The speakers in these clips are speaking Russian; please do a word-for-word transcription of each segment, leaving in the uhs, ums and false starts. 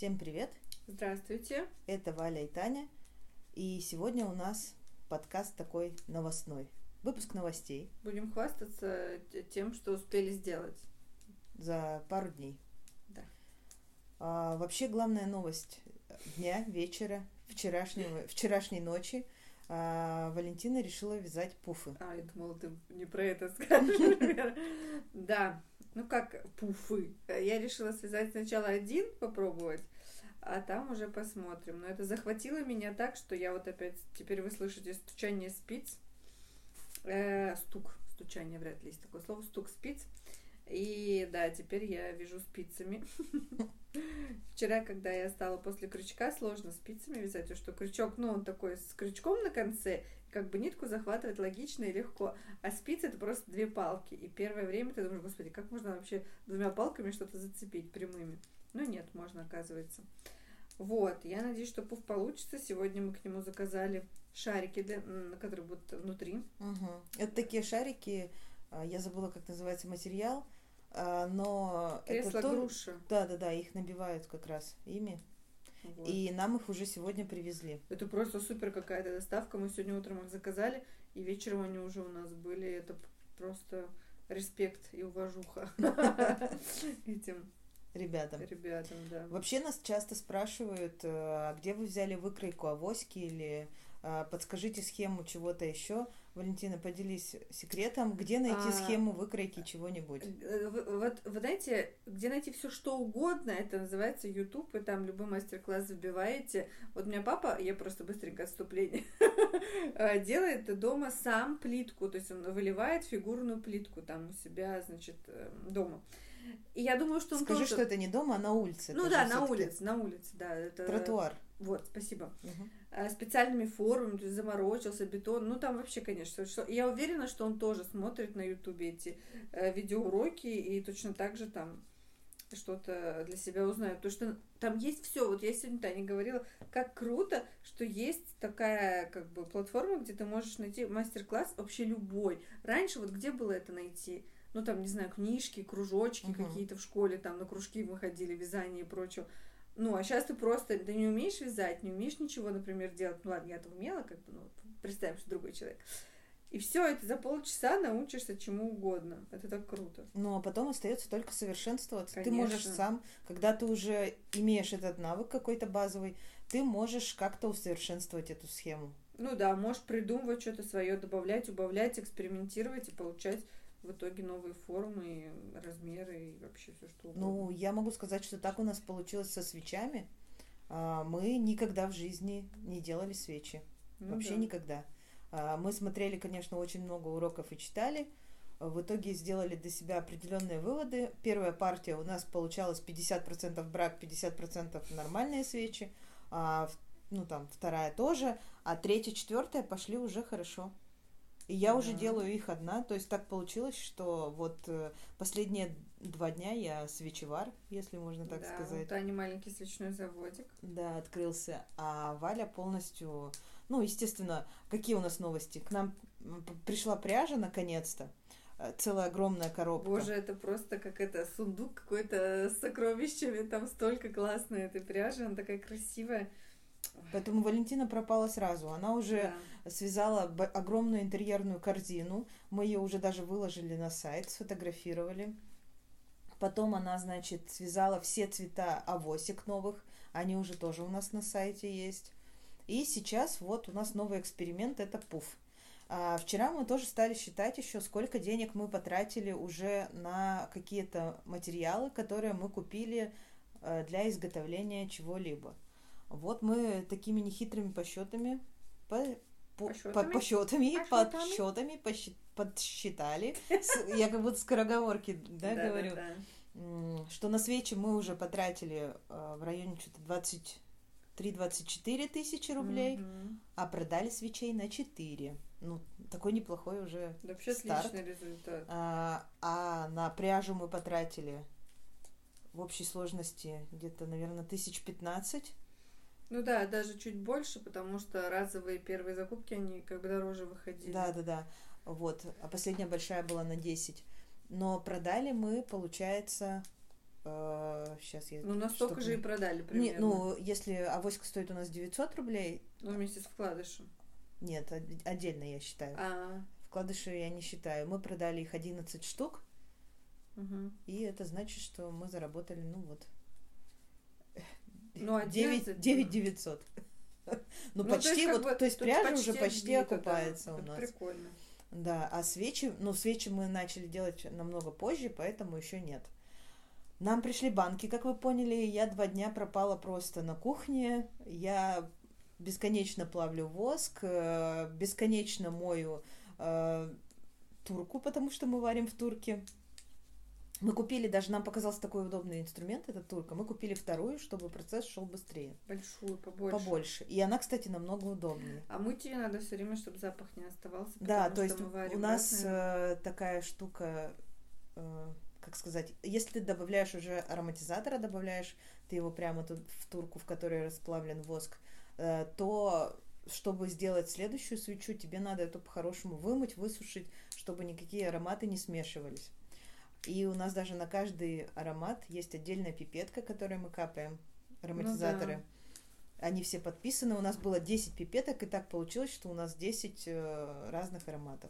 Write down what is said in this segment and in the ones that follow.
Всем привет! Здравствуйте! Это Валя и Таня. И сегодня у нас подкаст такой новостной. Выпуск новостей. Будем хвастаться тем, что успели сделать. За пару дней. Да. А, вообще главная новость дня, вечера, вчерашнего, вчерашней ночи. А, Валентина решила вязать пуфы. А, я думала, ты не про это скажешь, например. Да, ну как пуфы. Я решила связать сначала один, попробовать, а там уже посмотрим. Но это захватило меня так, что я вот опять... Теперь вы слышите стучание спиц. Э, стук. Стучание вряд ли есть такое слово. Стук спиц. И да, теперь я вяжу спицами. Вчера, когда я стала после крючка, сложно спицами вязать, потому что крючок, ну, он такой с крючком на конце, как бы нитку захватывать логично и легко, а спицы это просто две палки. И первое время ты думаешь, господи, как можно вообще двумя палками что-то зацепить прямыми? Ну нет, можно, оказывается. Вот, я надеюсь, что пуф получится. Сегодня мы к нему заказали шарики, которые будут внутри. Угу. Это такие шарики, я забыла, как называется материал, но кресло это груша. Да, да, да, их набивают как раз ими. Вот. И нам их уже сегодня привезли. Это просто супер какая-то доставка. Мы сегодня утром их заказали, и вечером они уже у нас были. Это просто респект и уважуха этим ребятам. Ребятам, да. Вообще нас часто спрашивают, а где вы взяли выкройку, авоськи или а, подскажите схему чего-то еще. Валентина, поделись секретом, где найти а, схему выкройки чего-нибудь. Вот вы знаете, где найти все что угодно, это называется YouTube, и там любой мастер-класс забиваете. Вот у меня папа, я просто быстренько отступление, делает дома сам плитку, то есть он выливает фигурную плитку там у себя, значит, дома. И я думаю, что он Скажи, тоже... что это не дома, а на улице. Ну да, на улице, на улице, да. Это... Тротуар. Вот, спасибо. Угу. Специальными формами, то есть заморочился, бетон. Ну, там вообще, конечно, что... я уверена, что он тоже смотрит на Ютубе эти э, видеоуроки и точно так же там что-то для себя узнает. Потому что там есть все. Вот я сегодня Тане говорила, как круто, что есть такая как бы платформа, где ты можешь найти мастер-класс вообще любой. Раньше вот где было это найти? Ну, там, не знаю, книжки, кружочки uh-huh. какие-то в школе, там, на кружки мы ходили, вязание и прочее. Ну, а сейчас ты просто, ты не умеешь вязать, не умеешь ничего, например, делать. Ну, ладно, я-то умела, как бы, ну, представим, что другой человек. И все, это за полчаса научишься чему угодно. Это так круто. Ну, а потом остается только совершенствоваться. Конечно. Ты можешь сам, когда ты уже имеешь этот навык какой-то базовый, ты можешь как-то усовершенствовать эту схему. Ну да, можешь придумывать что-то свое, добавлять, убавлять, экспериментировать и получать в итоге новые формы, размеры и вообще все что угодно. Ну, я могу сказать, что так у нас получилось со свечами. Мы никогда в жизни не делали свечи. Ну, вообще да. никогда. Мы смотрели, конечно, очень много уроков и читали. В итоге сделали для себя определенные выводы. Первая партия у нас получалась пятьдесят процентов брак, пятьдесят процентов нормальные свечи. А, ну, там, вторая тоже. А третья, четвертая пошли уже хорошо. И я да. уже делаю их одна, то есть так получилось, что вот э, последние два дня я свечевар, если можно так да, сказать. Да, у Тани маленький свечной заводик. Да, открылся, а Валя полностью, ну, естественно, какие у нас новости? К нам пришла пряжа наконец-то, целая огромная коробка. Боже, это просто как это сундук какой-то с сокровищами, там столько классной этой пряжи, она такая красивая. Поэтому Валентина пропала сразу. Она уже да. связала огромную интерьерную корзину. Мы ее уже даже выложили на сайт, сфотографировали. Потом она, значит, связала все цвета авосик новых. Они уже тоже у нас на сайте есть. И сейчас вот у нас новый эксперимент, это пуф. А вчера мы тоже стали считать еще, сколько денег мы потратили уже на какие-то материалы, которые мы купили для изготовления чего-либо. Вот мы такими нехитрыми посчетами, по, по, по, посчетами, подсчетами посчет, подсчитали, я как будто скороговорки да, да, говорю, да, да. что на свечи мы уже потратили в районе что-то двадцать три - двадцать четыре тысячи рублей, mm-hmm. а продали свечей на четыре. Ну, такой неплохой уже вообще старт. Отличный результат. А, а на пряжу мы потратили в общей сложности где-то, наверное, тысяч пятнадцать. Ну да, даже чуть больше, потому что разовые первые закупки, они как бы дороже выходили. Да, да, да. Вот. А последняя большая была на десять. Но продали мы, получается, Сейчас я... Ну, настолько же и продали Не, примерно. ну, если авоська стоит у нас девятьсот рублей... Ну, вместе с вкладышем. Нет, отдельно я считаю. А. Вкладыши я не считаю. Мы продали их одиннадцать штук. Угу. И это значит, что мы заработали, ну вот... Ну, одиннадцать... девять девятьсот. Ну, почти, вот, то есть пряжа уже почти окупается у нас. Прикольно. Да, а свечи, ну, свечи мы начали делать намного позже, поэтому еще нет. Нам пришли банки, как вы поняли, я два дня пропала просто на кухне, я бесконечно плавлю воск, бесконечно мою э, турку, потому что мы варим в турке. Мы купили, даже нам показался такой удобный инструмент, это турка, мы купили вторую, чтобы процесс шел быстрее. Большую, побольше. Побольше. И она, кстати, намного удобнее. А мыть ее надо все время, чтобы запах не оставался. Да, то есть у нас разные... э, такая штука, э, как сказать, если ты добавляешь уже ароматизатора, добавляешь ты его прямо тут в турку, в которой расплавлен воск, э, то чтобы сделать следующую свечу, тебе надо это по-хорошему вымыть, высушить, чтобы никакие ароматы не смешивались. И у нас даже на каждый аромат есть отдельная пипетка, которой мы капаем, ароматизаторы. Ну, да. Они все подписаны. У нас было десять пипеток, и так получилось, что у нас десять э, разных ароматов.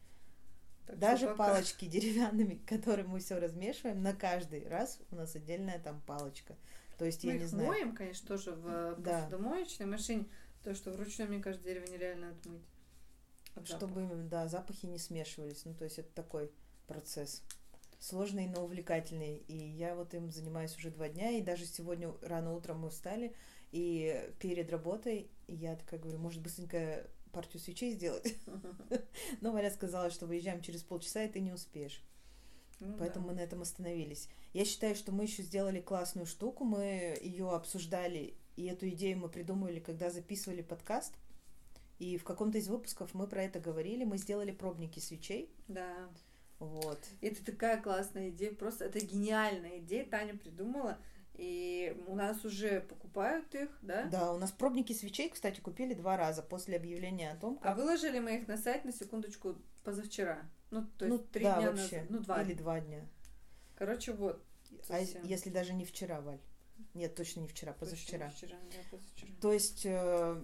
Так даже пока... палочки деревянными, которыми мы все размешиваем, на каждый раз у нас отдельная там палочка. То есть, мы я их не знаю. моем, конечно, тоже в да. посудомоечной машине, потому что вручную, мне кажется, дерево нереально отмыть. От Чтобы, запаха. Да, запахи не смешивались. Ну, то есть, это такой процесс. Сложный, но увлекательный. И я вот им занимаюсь уже два дня. И даже сегодня рано утром мы встали. И перед работой я такая говорю, может, быстренько партию свечей сделать? Но Валя сказала, что выезжаем через полчаса, и ты не успеешь. Поэтому мы на этом остановились. Я считаю, что мы еще сделали классную штуку. Мы ее обсуждали. И эту идею мы придумали, когда записывали подкаст. И в каком-то из выпусков мы про это говорили. Мы сделали пробники свечей. Да. Вот. Это такая классная идея, просто это гениальная идея, Таня придумала, и у нас уже покупают их, да? Да, у нас пробники свечей, кстати, купили два раза после объявления о том, как... А выложили мы их на сайт, на секундочку, позавчера, ну, то есть ну, три да, дня вообще. назад, ну, два Или два дня. Короче, вот. А совсем. Если даже не вчера, Валь? Нет, точно не вчера, позавчера. Точно не вчера, да, позавчера. То есть... Э,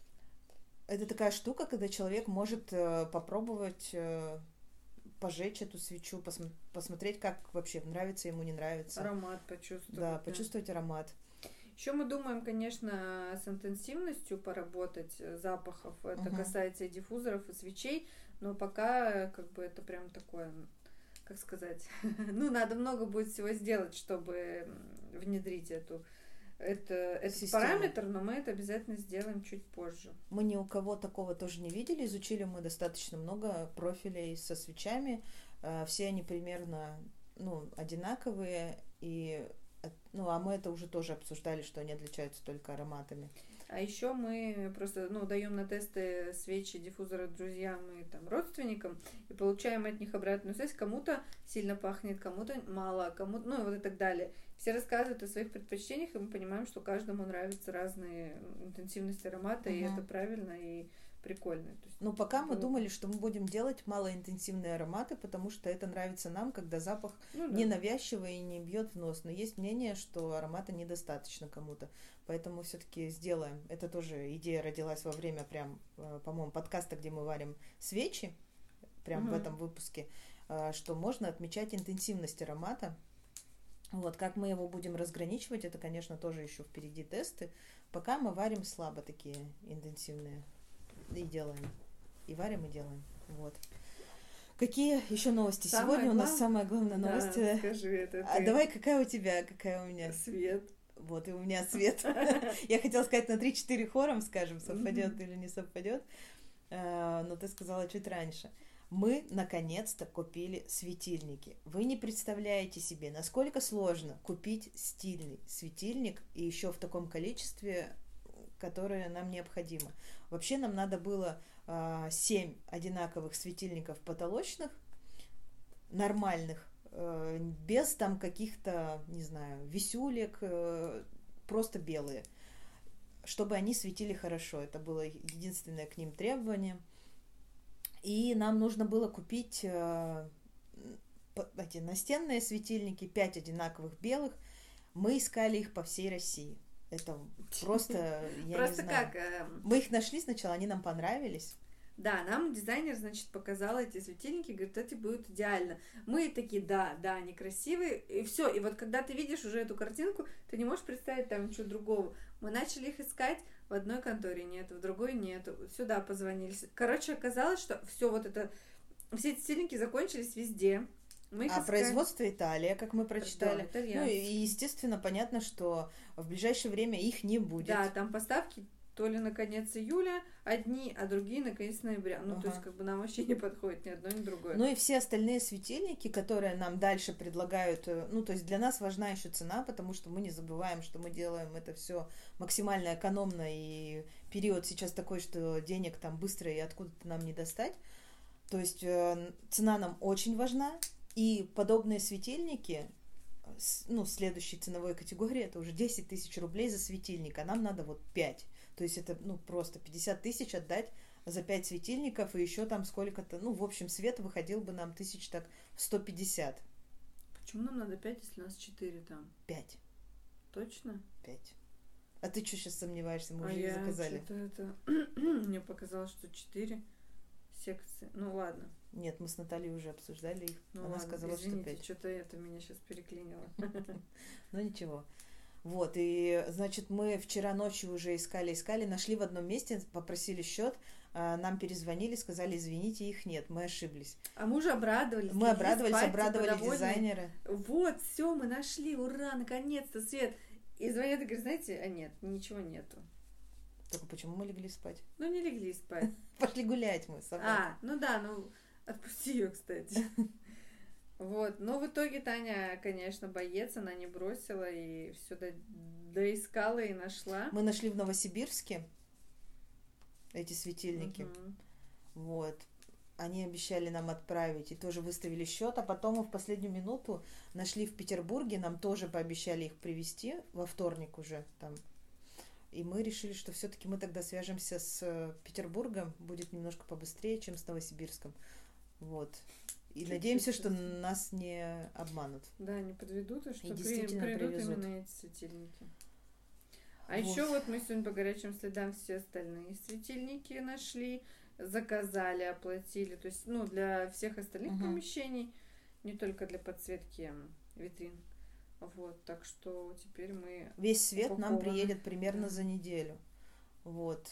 это такая штука, когда человек может э, попробовать... Э, пожечь эту свечу, посм- посмотреть, как вообще нравится ему, не нравится. Аромат почувствовать. Да, почувствовать аромат. Еще мы думаем, конечно, с интенсивностью поработать запахов. Это uh-huh. касается и диффузоров, и свечей, но пока как бы это прям такое, как сказать, ну, надо много будет всего сделать, чтобы внедрить эту Это, это параметр, но мы это обязательно сделаем чуть позже. Мы ни у кого такого тоже не видели. Изучили мы достаточно много профилей со свечами. Все они примерно ну, одинаковые. И, ну, а мы это уже тоже обсуждали, что они отличаются только ароматами. А еще мы просто ну, даем на тесты свечи, диффузоры друзьям и там, родственникам и получаем от них обратную связь. Кому-то сильно пахнет, кому-то мало, кому-то, ну и вот и так далее. Все рассказывают о своих предпочтениях, и мы понимаем, что каждому нравятся разные интенсивности аромата, uh-huh. и это правильно и прикольно. То есть, ну, пока мы было... думали, что мы будем делать малоинтенсивные ароматы, потому что это нравится нам, когда запах ну, да. не навязчивый и не бьет в нос. Но есть мнение, что аромата недостаточно кому-то. Поэтому все-таки сделаем. Это тоже идея родилась во время, прям, по-моему, подкаста, где мы варим свечи, прям uh-huh. в этом выпуске, что можно отмечать интенсивность аромата. Вот, как мы его будем разграничивать, это, конечно, тоже еще впереди тесты. Пока мы варим слабо такие интенсивные. И делаем. И варим, и делаем. Вот. Какие еще новости? Самое Сегодня глав... у нас самая главная новость. Да, скажи это. А ты... давай, какая у тебя, какая у меня? Свет. Вот, и у меня свет. Я хотела сказать на три-четыре хором, скажем, совпадет или не совпадет. Но ты сказала чуть раньше. Мы, наконец-то, купили светильники. Вы не представляете себе, насколько сложно купить стильный светильник, и еще в таком количестве, которое нам необходимо. Вообще нам надо было э, семь одинаковых светильников потолочных, нормальных, э, без там каких-то, не знаю, висюлек, э, просто белые, чтобы они светили хорошо. Это было единственное к ним требование. И нам нужно было купить э, эти настенные светильники, пять одинаковых белых. Мы искали их по всей России. Это просто, я Просто не знаю. как... э, Мы их нашли сначала, они нам понравились. Да, нам дизайнер, значит, показал эти светильники, говорит, эти будут идеально. Мы такие, да, да, они красивые, и все. И вот когда ты видишь уже эту картинку, ты не можешь представить там ничего другого. Мы начали их искать, в одной конторе нет, в другой нет. Сюда позвонили. Короче, оказалось, что все вот это, все эти светильники закончились везде. Мы их А искали. производство Италия, как мы прочитали. Да, ну и, естественно, понятно, что в ближайшее время их не будет. Да, там поставки то ли на конец июля одни, а другие на конец ноября. Ну, ага. То есть, как бы нам вообще не подходит ни одно, ни другое. Ну и все остальные светильники, которые нам дальше предлагают, ну, то есть для нас важна еще цена, потому что мы не забываем, что мы делаем это все максимально экономно, и период сейчас такой, что денег там быстро и откуда-то нам не достать. То есть э, цена нам очень важна, и подобные светильники, ну, следующей ценовой категории, это уже десять тысяч рублей за светильник, а нам надо вот пять. То есть это, ну, просто пятьдесят тысяч отдать за пять светильников, и еще там сколько-то, ну, в общем, свет выходил бы нам тысяч так сто пятьдесят. Почему нам надо пять, если у нас четыре там? пять. Точно? пять. А ты что сейчас сомневаешься? Мы а уже их заказали. Что-то это... Мне показалось, что четыре секции. Ну, ладно. Нет, мы с Натальей уже обсуждали их. Ну, Она ладно, сказала, извините, что пять. Что-то это меня сейчас переклинило. Ну, ничего. Вот, и, значит, мы вчера ночью уже искали-искали, нашли в одном месте, попросили счет, нам перезвонили, сказали, извините, их нет, мы ошиблись. А мы уже обрадовались. Мы обрадовались, обрадовали дизайнера. Вот, все, мы нашли, ура, наконец-то, Свет. И звонят и говорят, знаете, а нет, ничего нету. Только почему мы легли спать? Ну, не легли спать. Пошли гулять мы с собой. А, ну да, ну, отпусти ее, кстати. Вот, но в итоге Таня, конечно, боец, она не бросила и все до... доискала и нашла. Мы нашли в Новосибирске эти светильники. Угу. Вот. Они обещали нам отправить и тоже выставили счет, а потом мы в последнюю минуту нашли в Петербурге, нам тоже пообещали их привезти во вторник уже там. И мы решили, что все-таки мы тогда свяжемся с Петербургом, будет немножко побыстрее, чем с Новосибирском. Вот. И чуть-чуть надеемся, что нас не обманут. Да, не подведут, и что и действительно придут привезут. Именно эти светильники. А вот. еще вот мы сегодня по горячим следам все остальные светильники нашли, заказали, оплатили. То есть, ну, для всех остальных угу. помещений, не только для подсветки витрин. Вот, так что теперь мы... Весь свет упакованы. Нам приедет примерно да. за неделю. Вот.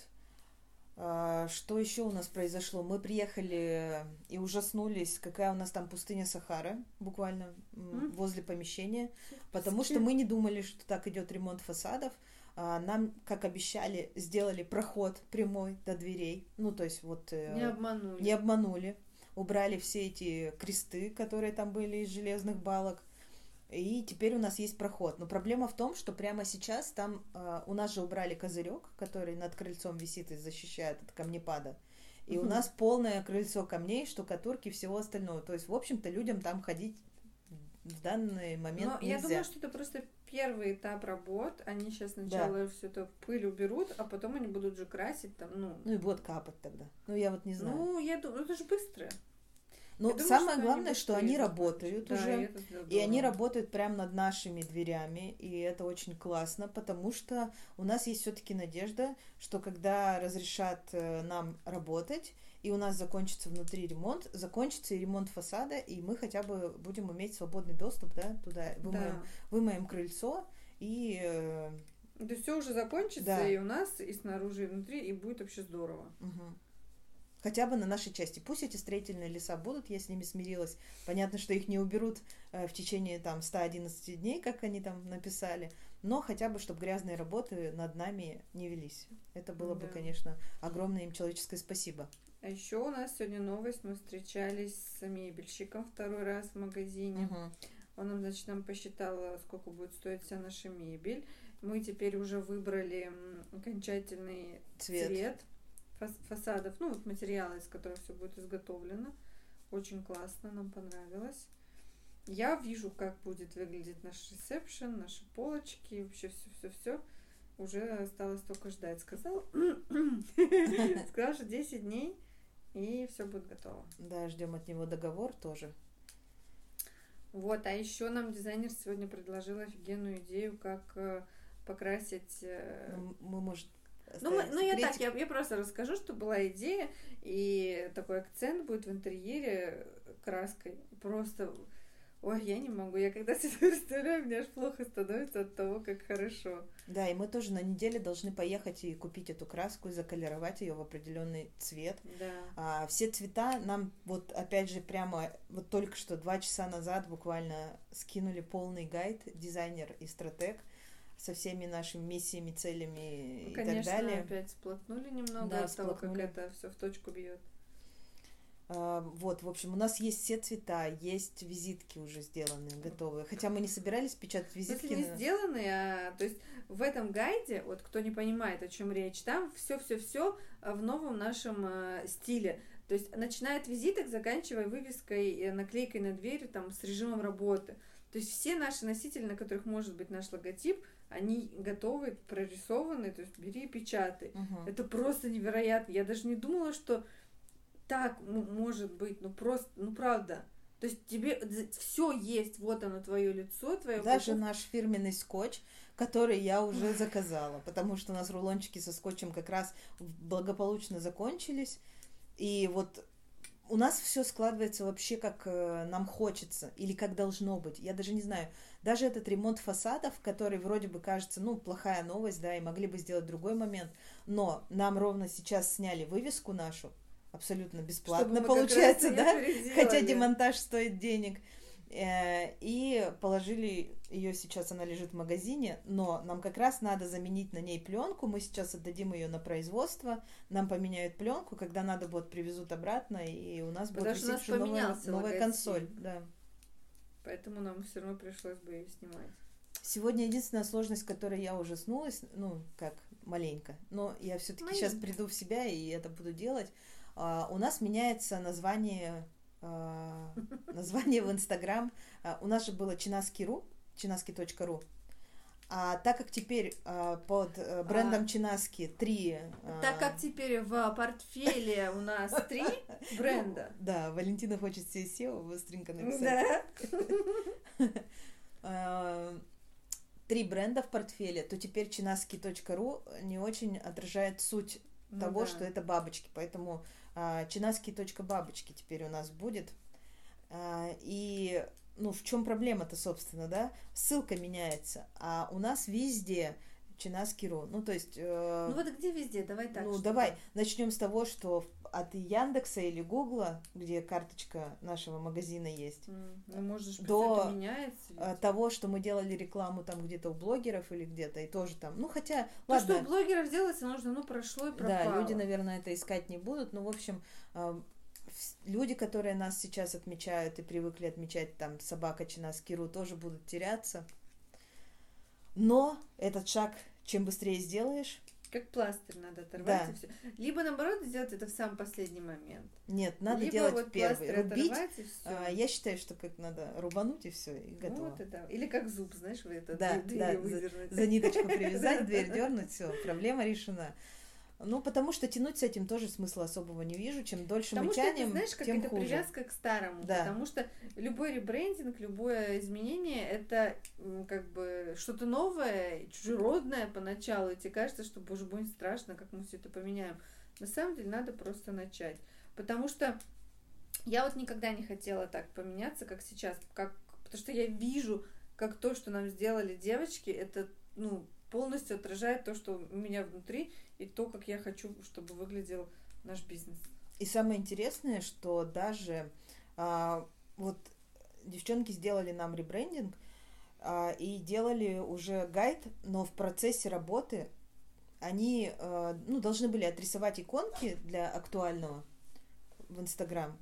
А, что еще у нас произошло? Мы приехали и ужаснулись, какая у нас там пустыня Сахара, буквально mm. возле помещения, потому что мы не думали, что так идет ремонт фасадов. А, нам, как обещали, сделали проход прямой до дверей. Ну, то есть вот... Не обманули. Не обманули. Убрали все эти кресты, которые там были из железных балок. И теперь у нас есть проход. Но проблема в том, что прямо сейчас там э, у нас же убрали козырек, который над крыльцом висит и защищает от камнепада. И угу. у нас полное крыльцо камней, штукатурки и всего остального. То есть, в общем-то, людям там ходить в данный момент Но нельзя. Я думаю, что это просто первый этап работ. Они сейчас сначала да. всю эту пыль уберут, а потом они будут же красить там, ну... Ну и будет капать тогда. Ну, я вот не знаю. Ну, я думаю, это же быстро. Но думаю, самое что главное, они что они работают да, уже, и, и они работают прямо над нашими дверями, и это очень классно, потому что у нас есть все-таки надежда, что когда разрешат нам работать, и у нас закончится внутри ремонт, закончится и ремонт фасада, и мы хотя бы будем иметь свободный доступ, да, туда, вымоем, да. вымоем крыльцо, и... То есть все уже закончится, да. и у нас, и снаружи, и внутри, и будет вообще здорово. Угу. Хотя бы на нашей части. Пусть эти строительные леса будут, я с ними смирилась. Понятно, что их не уберут э, в течение там сто одиннадцать дней, как они там написали, но хотя бы, чтобы грязные работы над нами не велись. Это было да. бы, конечно, огромное им человеческое спасибо. А еще у нас сегодня новость. Мы встречались с мебельщиком второй раз в магазине. Угу. Он нам, значит, нам посчитал, сколько будет стоить вся наша мебель. Мы теперь уже выбрали окончательный цвет. цвет. фасадов, ну вот материалы, из которых все будет изготовлено. Очень классно, нам понравилось. Я вижу, как будет выглядеть наш ресепшн, наши полочки, вообще все-все-все. Уже осталось только ждать. Сказал, сказал, что десять дней, и все будет готово. Да, ждем от него договор тоже. Вот, а еще нам дизайнер сегодня предложил офигенную идею, как э, покрасить... Э... Ну, мы, может, ну, мы, ну я так, я, я просто расскажу, что была идея, и такой акцент будет в интерьере краской. Просто, ой, я не могу, я когда себя представляю, мне аж плохо становится от того, как хорошо. Да, и мы тоже на неделе должны поехать и купить эту краску и заколеровать ее в определенный цвет. Да. А, все цвета нам вот опять же прямо вот только что два часа назад буквально скинули полный гайд дизайнер и стратег со всеми нашими миссиями, целями ну, и конечно, так далее. опять сплотнули немного да, от сплотнули. того, как это все в точку бьет. Вот, в общем, у нас есть все цвета, есть визитки уже сделанные, готовые. Хотя мы не собирались печатать визитки. Если не но... сделанные, а, то есть в этом гайде, вот кто не понимает, о чем речь, там все-все-все в новом нашем э, стиле. То есть начиная от визиток, заканчивая вывеской, наклейкой на дверь, там, с режимом работы. То есть все наши носители, на которых может быть наш логотип, они готовы, прорисованы, то есть бери и печатай. Угу. Это просто невероятно. Я даже не думала, что так может быть, ну просто, ну правда. То есть тебе все есть, вот оно, твое лицо, твое... Даже наш фирменный скотч, который я уже заказала, потому что у нас рулончики со скотчем как раз благополучно закончились. И вот у нас все складывается вообще как э, нам хочется или как должно быть. Я даже не знаю. Даже этот ремонт фасадов, который вроде бы кажется, ну, плохая новость, да, и могли бы сделать другой момент, но нам ровно сейчас сняли вывеску нашу, абсолютно бесплатно получается, да, хотя демонтаж стоит денег. И положили ее сейчас, она лежит в магазине, но нам как раз надо заменить на ней пленку. Мы сейчас отдадим ее на производство, нам поменяют пленку, когда надо будет, привезут обратно, и у нас Потому будет висеть новая, новая консоль. Да. Поэтому нам все равно пришлось бы ее снимать. Сегодня единственная сложность, которой я ужаснулась, ну, как маленько, но я все-таки сейчас приду в себя и это буду делать. Uh, у нас меняется название, uh, название в Инстаграм. Uh, у нас же было чинаски.ру, чинаски точка ру. А так как теперь uh, под uh, брендом а, Чинаски три... Uh, так как теперь в портфеле у нас три бренда. Да, Валентина хочет себе сео быстренько написать. Да. Три бренда в портфеле, то теперь чинаски точка ру не очень отражает суть ну, того, да. что это бабочки. Поэтому а, чинаски точка бабочки теперь у нас будет. А, и ну, в чем проблема-то, собственно, да? Ссылка меняется, а у нас везде чинаски.ру. Ну, то есть... Э, ну, вот где везде? Давай так. Ну, давай начнем с того, что от Яндекса или Гугла, где карточка нашего магазина есть, mm. ну, можешь, до это меняется, того, что мы делали рекламу там где-то у блогеров или где-то, и тоже там, ну, хотя, то, ладно. что у блогеров делается, нужно, ну, прошло и пропало. Да, люди, наверное, это искать не будут, но, в общем, люди, которые нас сейчас отмечают и привыкли отмечать там собака чинаски.ру, тоже будут теряться. Но этот шаг, чем быстрее сделаешь... Как пластырь надо оторвать да. и все. Либо, наоборот, сделать это в самый последний момент. Нет, надо Либо делать вот первый. Рубить. И все. А, я считаю, что как надо рубануть, и все, и готово. Вот это. Или как зуб, знаешь, вы это да, дверь да, выдернуть. За, за ниточку привязать, дверь дернуть, все, проблема решена. Ну, потому что тянуть с этим тоже смысла особого не вижу. Чем дольше потому мы что тянем, это, знаешь, как тем это хуже. Привязка к старому. Да. Потому что любой ребрендинг, любое изменение, это как бы что-то новое, чужеродное поначалу. И тебе кажется, что, боже мой, страшно, как мы все это поменяем. На самом деле надо просто начать. Потому что я вот никогда не хотела так поменяться, как сейчас. Как, потому что я вижу, как то, что нам сделали девочки, это, ну, полностью отражает то, что у меня внутри, и то, как я хочу, чтобы выглядел наш бизнес. И самое интересное, что даже а, вот девчонки сделали нам ребрендинг а, и делали уже гайд, но в процессе работы они а, ну, должны были отрисовать иконки для актуального в Инстаграм.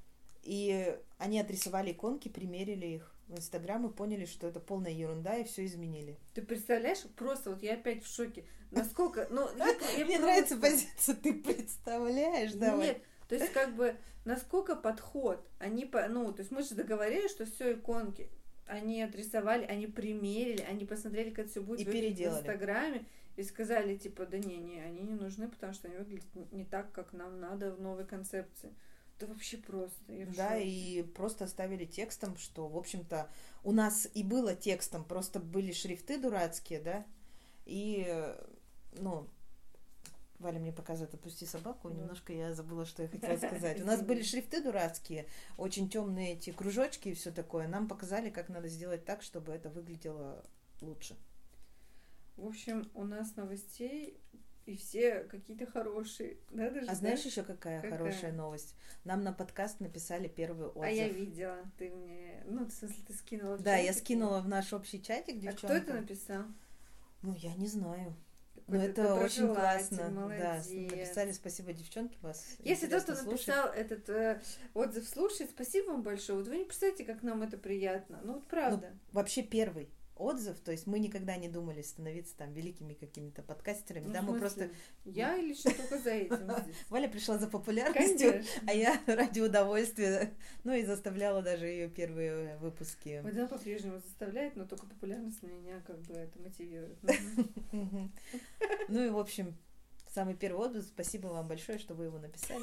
И они отрисовали иконки, примерили их в Инстаграм и поняли, что это полная ерунда, и все изменили. Ты представляешь? Просто вот я опять в шоке. Насколько... Ну, я, я Мне просто... нравится позиция, ты представляешь, давай. Нет, то есть как бы насколько подход, они, ну, то есть мы же договорились, что все иконки, они отрисовали, они примерили, они посмотрели, как это все будет выглядеть в Инстаграме, и сказали, типа, да не, не, они не нужны, потому что они выглядят не так, как нам надо в новой концепции. Это вообще просто. Я в Да, шоке. и просто оставили текстом, что, в общем-то, у нас и было текстом, просто были шрифты дурацкие, да, и, ну, Валя мне показывает, отпусти собаку, Да. немножко я забыла, что я хотела сказать. У нас были шрифты дурацкие, очень темные эти кружочки и все такое. Нам показали, как надо сделать так, чтобы это выглядело лучше. В общем, у нас новостей и все какие-то хорошие. Да, даже, А знаешь да? еще какая, Какая? хорошая новость? Нам на подкаст написали первый отзыв. А я видела, ты мне... Ну, в смысле, ты скинула в Да, я чатик? скинула в наш общий чатик А девчонкам. кто это написал? Ну, я не знаю. Ну, Вот это очень доброжелатель, классно. Да, молодец. написали спасибо, девчонки, вас. Если тот, кто интересно слушать. написал этот э, отзыв, слушает, спасибо вам большое. Вот вы не представляете, как нам это приятно. Ну, вот правда. Ну, вообще первый отзыв, то есть мы никогда не думали становиться там великими какими-то подкастерами. Ну, да, в мы смысле? просто... Я лично только за этим здесь. Валя пришла за популярностью, Конечно. а я ради удовольствия, ну и заставляла даже ее первые выпуски. Вот она по-прежнему заставляет, но только популярность меня как бы это мотивирует. Мгм. Ну и, в общем, самый первый отзыв, спасибо вам большое, что вы его написали.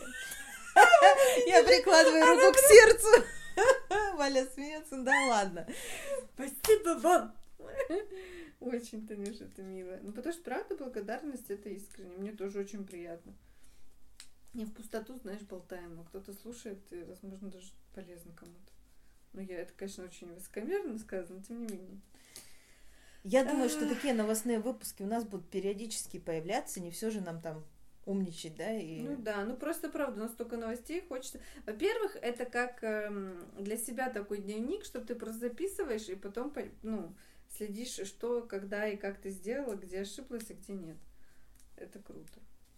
Я прикладываю руку к сердцу. Валя смеется, да ладно. Спасибо вам! Очень, Танюша, это мило. Ну, потому что, правда, благодарность это искренне. Мне тоже очень приятно. Не в пустоту, знаешь, болтаем, а кто-то слушает, и, возможно, даже полезно кому-то. Ну, я, это, конечно, очень высокомерно сказано, но тем не менее. Я думаю, что такие новостные выпуски у нас будут периодически появляться, не все же нам там умничать, да? И... Ну да, ну просто правда, у нас столько новостей хочется. Во-первых, это как эм, для себя такой дневник, что ты просто записываешь и потом, по- ну, следишь, что, когда и как ты сделала, где ошиблась, а где нет. Это круто.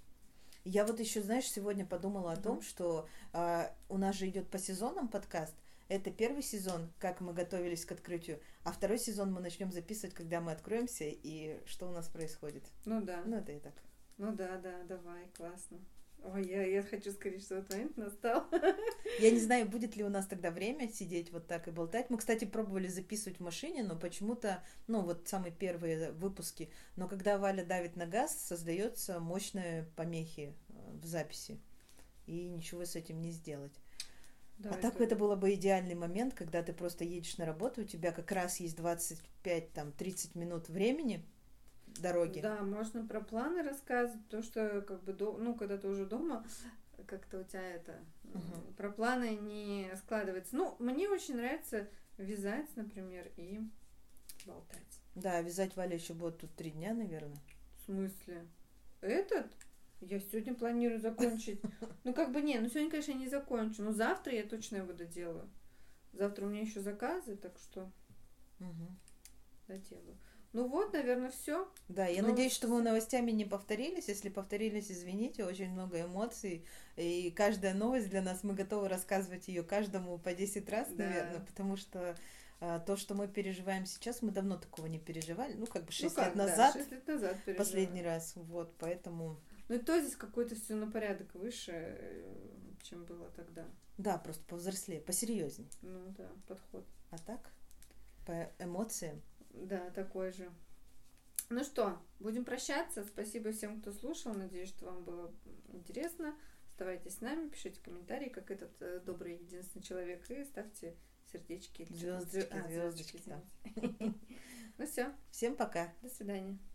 Я вот еще, знаешь, сегодня подумала о Мгм. том, что а, у нас же идет по сезонам подкаст. Это первый сезон, как мы готовились к открытию, а второй сезон мы начнем записывать, когда мы откроемся, и что у нас происходит. Ну да. Ну, это и так. Ну да, да, давай, классно. Ой, я, я хочу скорее, что этот момент настал. Я не знаю, будет ли у нас тогда время сидеть вот так и болтать. Мы, кстати, пробовали записывать в машине, но почему-то, ну, вот самые первые выпуски, но когда Валя давит на газ, создается мощные помехи э, в записи. И ничего с этим не сделать. Да, А так это было бы идеальный момент, когда ты просто едешь на работу, у тебя как раз есть двадцать пять тридцать минут времени дороги. Да, можно про планы рассказывать, потому что, как бы, до, ну, когда ты уже дома, как-то у тебя это, Мгм. про планы не складывается. Ну, мне очень нравится вязать, например, и болтать. Да, вязать Валя еще будет тут три дня, наверное. В смысле? Этот? Я сегодня планирую закончить. Ну, как бы, не, ну, сегодня, конечно, не закончу, но завтра я точно его доделаю. Завтра у меня еще заказы, так что Мгм. доделаю. Ну вот, наверное, все. Да, я Ну, надеюсь, что мы новостями не повторились. Если повторились, извините, очень много эмоций. И каждая новость для нас, мы готовы рассказывать ее каждому по десять раз, Да. наверное, потому что а, то, что мы переживаем сейчас, мы давно такого не переживали. Ну, как бы шесть ну, как, лет да, назад, шесть лет назад переживаю. последний раз. Вот, поэтому... Ну и то здесь какой-то все на порядок выше, э, чем было тогда. Да, просто повзрослее, посерьезней. Ну да, подход. А так, по эмоциям. Да, такой же. Ну что, будем прощаться. Спасибо всем, кто слушал. Надеюсь, что вам было интересно. Оставайтесь с нами, пишите комментарии, как этот э, добрый единственный человек, и ставьте сердечки. Звездочки, А, звездочки, да. извините. Ну все, Всем пока. до свидания.